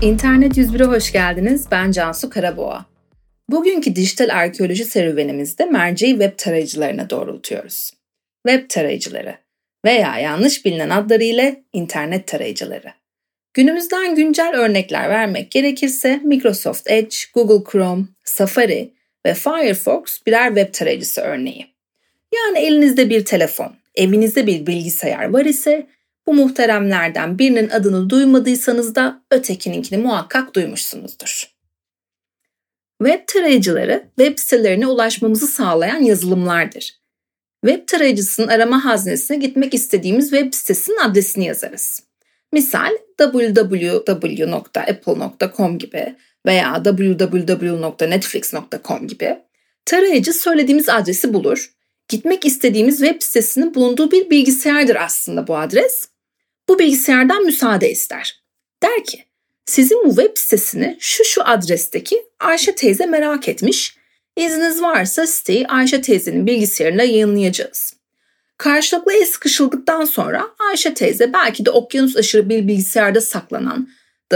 İnternet 101'e hoş geldiniz. Ben Cansu Karaboğa. Bugünkü dijital arkeoloji serüvenimizde merceği web tarayıcılarına doğrultuyoruz. Web tarayıcıları veya yanlış bilinen adlarıyla internet tarayıcıları. Günümüzden güncel örnekler vermek gerekirse Microsoft Edge, Google Chrome, Safari ve Firefox birer web tarayıcısı örneği. Yani elinizde bir telefon, evinizde bir bilgisayar var ise bu muhteremlerden birinin adını duymadıysanız da ötekininkini muhakkak duymuşsunuzdur. Web tarayıcıları web sitelerine ulaşmamızı sağlayan yazılımlardır. Web tarayıcısının arama haznesine gitmek istediğimiz web sitesinin adresini yazarız. Misal www.apple.com gibi veya www.netflix.com gibi. Tarayıcı söylediğimiz adresi bulur. Gitmek istediğimiz web sitesinin bulunduğu bir bilgisayardır aslında bu adres. Bu bilgisayardan müsaade ister. Der ki, sizin bu web sitesini şu adresteki Ayşe teyze merak etmiş. İzniniz varsa siteyi Ayşe teyzenin bilgisayarına yayınlayacağız. Karşılıklı el sıkışıldıktan sonra Ayşe teyze belki de okyanus aşırı bir bilgisayarda saklanan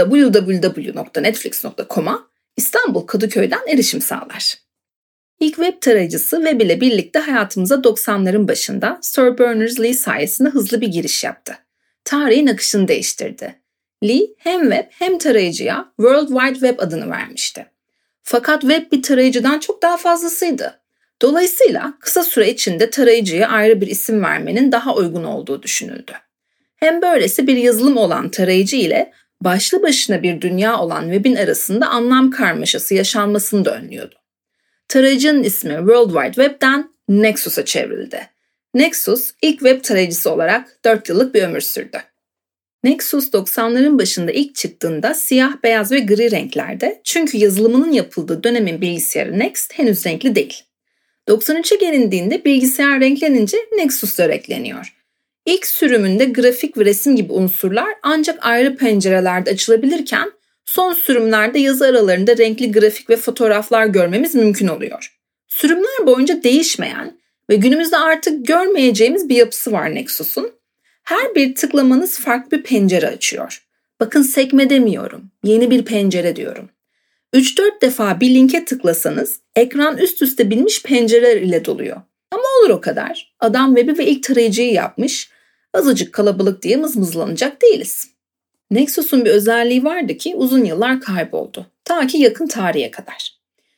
www.netflix.com'a İstanbul Kadıköy'den erişim sağlar. İlk web tarayıcısı web ile birlikte hayatımıza 90'ların başında Sir Berners-Lee sayesinde hızlı bir giriş yaptı. Tarihin akışını değiştirdi. Lee hem web hem tarayıcıya World Wide Web adını vermişti. Fakat web bir tarayıcıdan çok daha fazlasıydı. Dolayısıyla kısa süre içinde tarayıcıya ayrı bir isim vermenin daha uygun olduğu düşünüldü. Hem böylesi bir yazılım olan tarayıcı ile başlı başına bir dünya olan webin arasında anlam karmaşası yaşanmasını da önlüyordu. Tarayıcının ismi World Wide Web'den Nexus'a çevrildi. Nexus ilk web tarayıcısı olarak 4 yıllık bir ömür sürdü. Nexus 90'ların başında ilk çıktığında siyah, beyaz ve gri renklerde çünkü yazılımının yapıldığı dönemin bilgisayarı Next henüz renkli değil. 93'e gelindiğinde bilgisayar renklenince Nexus da renkleniyor. İlk sürümünde grafik ve resim gibi unsurlar ancak ayrı pencerelerde açılabilirken son sürümlerde yazı aralarında renkli grafik ve fotoğraflar görmemiz mümkün oluyor. Sürümler boyunca değişmeyen ve günümüzde artık görmeyeceğimiz bir yapısı var Nexus'un. Her bir tıklamanız farklı bir pencere açıyor. Bakın sekme demiyorum, yeni bir pencere diyorum. 3-4 defa bir linke tıklasanız ekran üst üste binmiş pencereler ile doluyor. Ama olur o kadar. Adam web'i ve ilk tarayıcıyı yapmış. Azıcık kalabalık diye mızmızlanacak değiliz. Nexus'un bir özelliği vardı ki uzun yıllar kayboldu. Ta ki yakın tarihe kadar.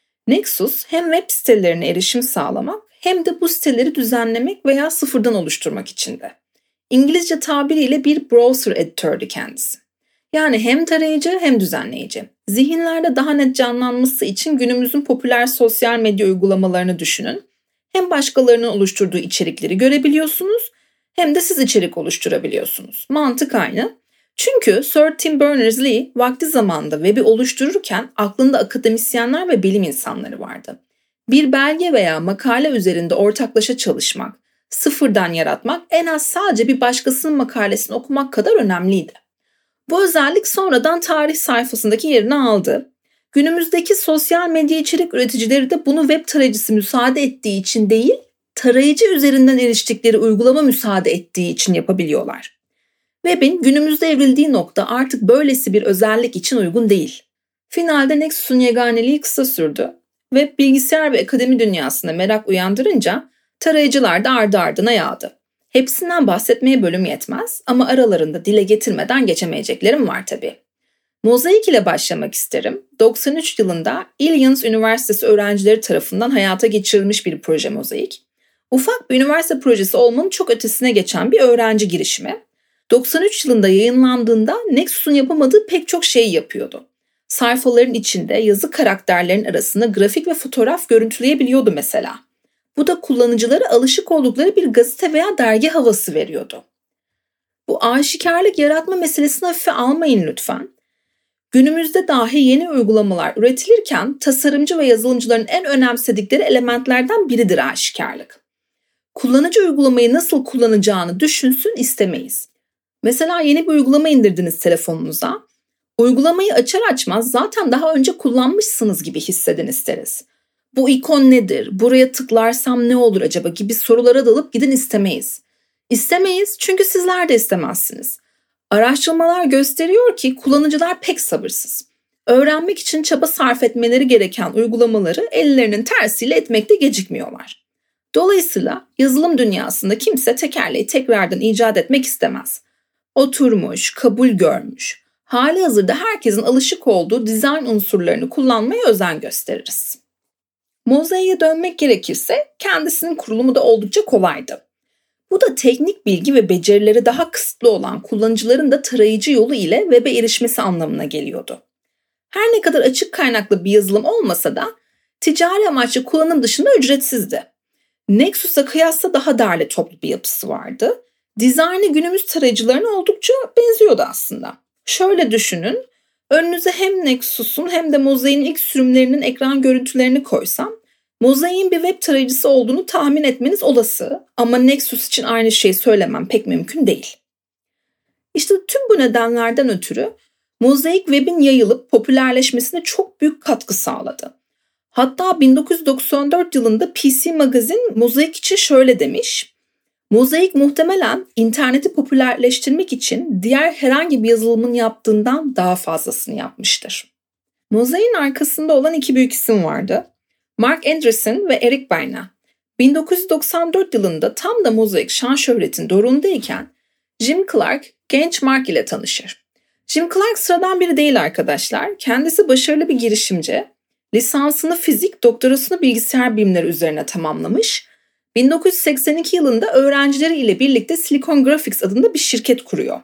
Nexus hem web sitelerine erişim sağlamak hem de bu siteleri düzenlemek veya sıfırdan oluşturmak içindi. İngilizce tabiriyle bir browser editördü kendisi. Yani hem tarayıcı hem düzenleyici. Zihinlerde daha net canlanması için günümüzün popüler sosyal medya uygulamalarını düşünün. Hem başkalarının oluşturduğu içerikleri görebiliyorsunuz hem de siz içerik oluşturabiliyorsunuz. Mantık aynı. Çünkü Sir Tim Berners-Lee vakti zamanında web'i oluştururken aklında akademisyenler ve bilim insanları vardı. Bir belge veya makale üzerinde ortaklaşa çalışmak, sıfırdan yaratmak en az sadece bir başkasının makalesini okumak kadar önemliydi. Bu özellik sonradan tarih sayfasındaki yerini aldı. Günümüzdeki sosyal medya içerik üreticileri de bunu web tarayıcısı müsaade ettiği için değil, tarayıcı üzerinden eriştikleri uygulama müsaade ettiği için yapabiliyorlar. Web'in günümüzde evrildiği nokta artık böylesi bir özellik için uygun değil. Finalde Nexus'un yeganeliği kısa sürdü. Web bilgisayar ve akademi dünyasında merak uyandırınca tarayıcılar da ardı ardına yağdı. Hepsinden bahsetmeye bölüm yetmez ama aralarında dile getirmeden geçemeyeceklerim var tabii. Mozaik ile başlamak isterim. 93 yılında Illinois Üniversitesi öğrencileri tarafından hayata geçirilmiş bir proje Mozaik. Ufak bir üniversite projesi olmanın çok ötesine geçen bir öğrenci girişimi. 93 yılında yayınlandığında Nexus'un yapamadığı pek çok şeyi yapıyordu. Sayfaların içinde yazı karakterlerin arasında grafik ve fotoğraf görüntüleyebiliyordu mesela. Bu da kullanıcılara alışık oldukları bir gazete veya dergi havası veriyordu. Bu aşikarlık yaratma meselesini hafife almayın lütfen. Günümüzde dahi yeni uygulamalar üretilirken tasarımcı ve yazılımcıların en önemsedikleri elementlerden biridir aşikarlık. Kullanıcı uygulamayı nasıl kullanacağını düşünsün istemeyiz. Mesela yeni bir uygulama indirdiniz telefonunuza. Uygulamayı açar açmaz zaten daha önce kullanmışsınız gibi hissedin isteriz. Bu ikon nedir? Buraya tıklarsam ne olur acaba gibi sorulara dalıp gidin istemeyiz. İstemeyiz çünkü sizler de istemezsiniz. Araştırmalar gösteriyor ki kullanıcılar pek sabırsız. Öğrenmek için çaba sarf etmeleri gereken uygulamaları ellerinin tersiyle etmekte gecikmiyorlar. Dolayısıyla yazılım dünyasında kimse tekerleği tekrardan icat etmek istemez. Oturmuş, kabul görmüş, halihazırda herkesin alışık olduğu dizayn unsurlarını kullanmaya özen gösteririz. Mozaik'e dönmek gerekirse kendisinin kurulumu da oldukça kolaydı. Bu da teknik bilgi ve becerileri daha kısıtlı olan kullanıcıların da tarayıcı yolu ile web'e erişmesi anlamına geliyordu. Her ne kadar açık kaynaklı bir yazılım olmasa da ticari amaçlı kullanım dışında ücretsizdi. Nexus'a kıyasla daha derli toplu bir yapısı vardı. Dizaynı günümüz tarayıcılarına oldukça benziyordu aslında. Şöyle düşünün, önünüze hem Nexus'un hem de Mozaik'in ilk sürümlerinin ekran görüntülerini koysam, Mozaik'in bir web tarayıcısı olduğunu tahmin etmeniz olası ama Nexus için aynı şeyi söylemem pek mümkün değil. İşte tüm bu nedenlerden ötürü Mozaik web'in yayılıp popülerleşmesine çok büyük katkı sağladı. Hatta 1994 yılında PC Magazine Mozaik için şöyle demiş: Mozaik muhtemelen interneti popülerleştirmek için diğer herhangi bir yazılımın yaptığından daha fazlasını yapmıştır. Mozaik'in arkasında olan iki büyük isim vardı: Mark Andreessen ve Eric Bana. 1994 yılında tam da Mozaik şan şöhretin doruğundayken Jim Clark genç Mark ile tanışır. Jim Clark sıradan biri değil arkadaşlar. Kendisi başarılı bir girişimci. Lisansını fizik, doktorasını bilgisayar bilimleri üzerine tamamlamış. 1982 yılında öğrencileri ile birlikte Silicon Graphics adında bir şirket kuruyor.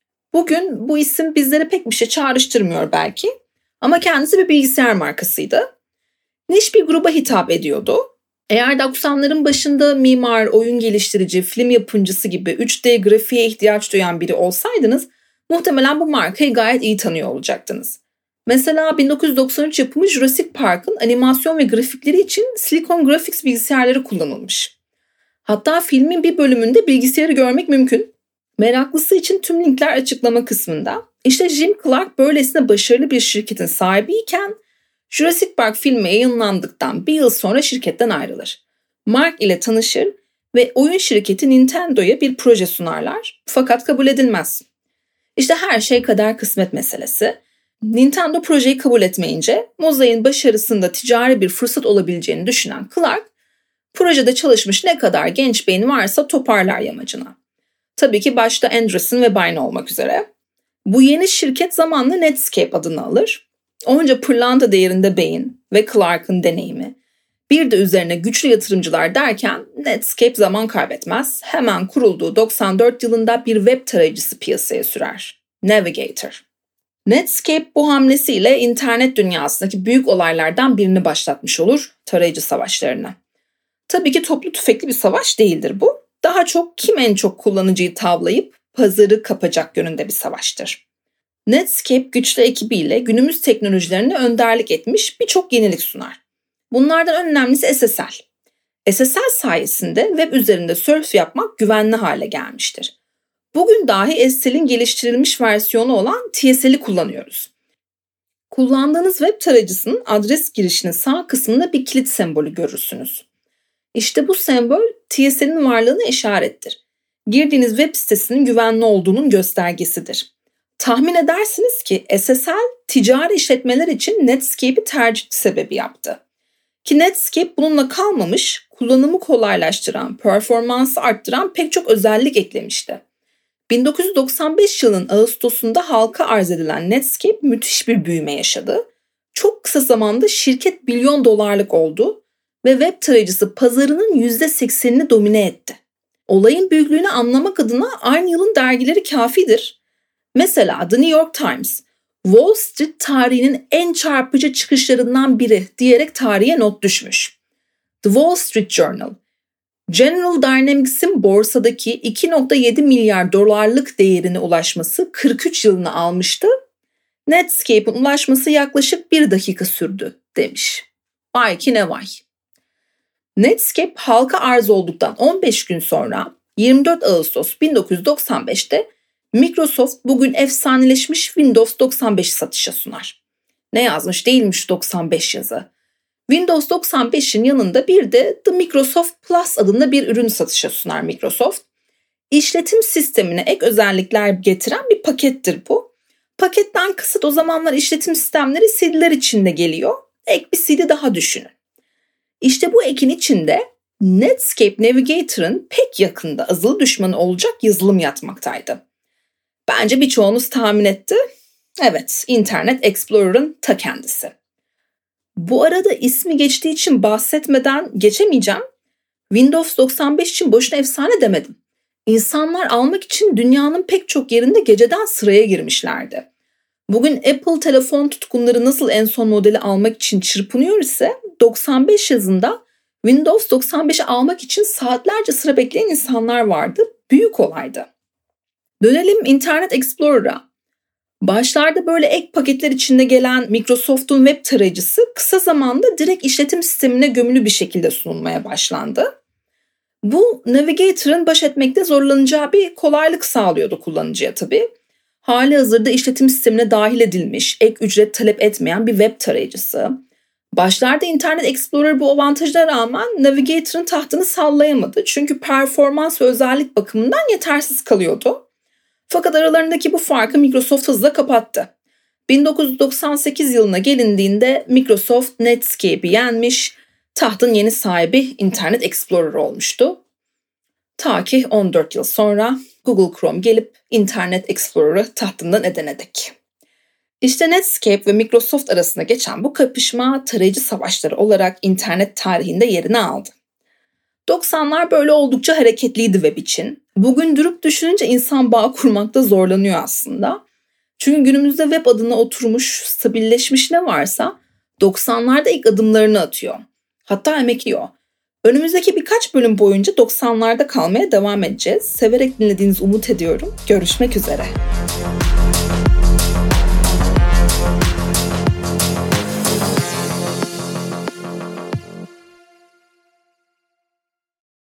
Bugün bu isim bizlere pek bir şey çağrıştırmıyor belki ama kendisi bir bilgisayar markasıydı. Niş bir gruba hitap ediyordu. Eğer 90'ların başında mimar, oyun geliştirici, film yapımcısı gibi 3D grafiğe ihtiyaç duyan biri olsaydınız muhtemelen bu markayı gayet iyi tanıyor olacaktınız. Mesela 1993 yapımı Jurassic Park'ın animasyon ve grafikleri için Silicon Graphics bilgisayarları kullanılmış. Hatta filmin bir bölümünde bilgisayarı görmek mümkün. Meraklısı için tüm linkler açıklama kısmında. İşte Jim Clark böylesine başarılı bir şirketin sahibiyken Jurassic Park filmi yayınlandıktan bir yıl sonra şirketten ayrılır. Mark ile tanışır ve oyun şirketi Nintendo'ya bir proje sunarlar fakat kabul edilmez. İşte her şey kader kısmet meselesi. Nintendo projeyi kabul etmeyince Mozaik'in başarısında ticari bir fırsat olabileceğini düşünen Clark, projede çalışmış ne kadar genç beyin varsa toparlar yamacına. Tabii ki başta Andreessen ve Bana olmak üzere. Bu yeni şirket zamanla Netscape adını alır. Onca pırlanta değerinde beyin ve Clark'ın deneyimi, bir de üzerine güçlü yatırımcılar derken Netscape zaman kaybetmez. Hemen kurulduğu 94 yılında bir web tarayıcısı piyasaya sürer: Navigator. Netscape bu hamlesiyle internet dünyasındaki büyük olaylardan birini başlatmış olur: tarayıcı savaşlarını. Tabii ki toplu tüfekli bir savaş değildir bu. Daha çok kim en çok kullanıcıyı tavlayıp pazarı kapacak yönünde bir savaştır. Netscape güçlü ekibiyle günümüz teknolojilerine önderlik etmiş birçok yenilik sunar. Bunlardan en önemlisi SSL. SSL sayesinde web üzerinde surf yapmak güvenli hale gelmiştir. Bugün dahi SSL'in geliştirilmiş versiyonu olan TSL'i kullanıyoruz. Kullandığınız web tarayıcısının adres girişinin sağ kısmında bir kilit sembolü görürsünüz. İşte bu sembol TSL'in varlığına işarettir. Girdiğiniz web sitesinin güvenli olduğunun göstergesidir. Tahmin edersiniz ki SSL ticari işletmeler için Netscape'i tercih sebebi yaptı. Ki Netscape bununla kalmamış, kullanımı kolaylaştıran, performansı arttıran pek çok özellik eklemişti. 1995 yılının Ağustos'unda halka arz edilen Netscape müthiş bir büyüme yaşadı. Çok kısa zamanda şirket $1 billion oldu ve web tarayıcısı pazarının %80'ini domine etti. Olayın büyüklüğünü anlamak adına aynı yılın dergileri kafidir. Mesela The New York Times, Wall Street tarihinin en çarpıcı çıkışlarından biri diyerek tarihe not düşmüş. The Wall Street Journal, General Dynamics'in borsadaki $2.7 milyar değerine ulaşması 43 yılını almıştı. Netscape'in ulaşması yaklaşık 1 dakika sürdü demiş. Vay ki ne vay. Netscape halka arz olduktan 15 gün sonra 24 Ağustos 1995'te Microsoft bugün efsaneleşmiş Windows 95'i satışa sunar. Ne yazmış değilmiş 95 yazı. Windows 95'in yanında bir de The Microsoft Plus adında bir ürün satışa sunar Microsoft. İşletim sistemine ek özellikler getiren bir pakettir bu. Paketten kasıt o zamanlar işletim sistemleri CD'ler içinde geliyor. Ek bir CD daha düşünün. İşte bu ekin içinde Netscape Navigator'ın pek yakında azılı düşmanı olacak yazılım yatmaktaydı. Bence birçoğunuz tahmin etti. Evet, Internet Explorer'ın ta kendisi. Bu arada ismi geçtiği için bahsetmeden geçemeyeceğim. Windows 95 için boşuna efsane demedim. İnsanlar almak için dünyanın pek çok yerinde geceden sıraya girmişlerdi. Bugün Apple telefon tutkunları nasıl en son modeli almak için çırpınıyor ise 95 yazında Windows 95'i almak için saatlerce sıra bekleyen insanlar vardı. Büyük olaydı. Dönelim Internet Explorer'a. Başlarda böyle ek paketler içinde gelen Microsoft'un web tarayıcısı kısa zamanda direkt işletim sistemine gömülü bir şekilde sunulmaya başlandı. Bu Navigator'ın baş etmekte zorlanacağı bir kolaylık sağlıyordu kullanıcıya tabii. Halihazırda işletim sistemine dahil edilmiş, ek ücret talep etmeyen bir web tarayıcısı. Başlarda Internet Explorer bu avantajlara rağmen Navigator'ın tahtını sallayamadı. Çünkü performans ve özellik bakımından yetersiz kalıyordu. Fakat aralarındaki bu farkı Microsoft hızla kapattı. 1998 yılına gelindiğinde Microsoft Netscape'i yenmiş, tahtın yeni sahibi Internet Explorer olmuştu. Ta ki 14 yıl sonra Google Chrome gelip Internet Explorer'ı tahtından edene dek. İşte Netscape ve Microsoft arasında geçen bu kapışma tarayıcı savaşları olarak internet tarihinde yerini aldı. 90'lar böyle oldukça hareketliydi web için. Bugün durup düşününce insan bağ kurmakta zorlanıyor aslında. Çünkü günümüzde web adına oturmuş, stabilleşmiş ne varsa 90'larda ilk adımlarını atıyor. Hatta emekliyor. Önümüzdeki birkaç bölüm boyunca 90'larda kalmaya devam edeceğiz. Severek dinlediğinizi umut ediyorum. Görüşmek üzere.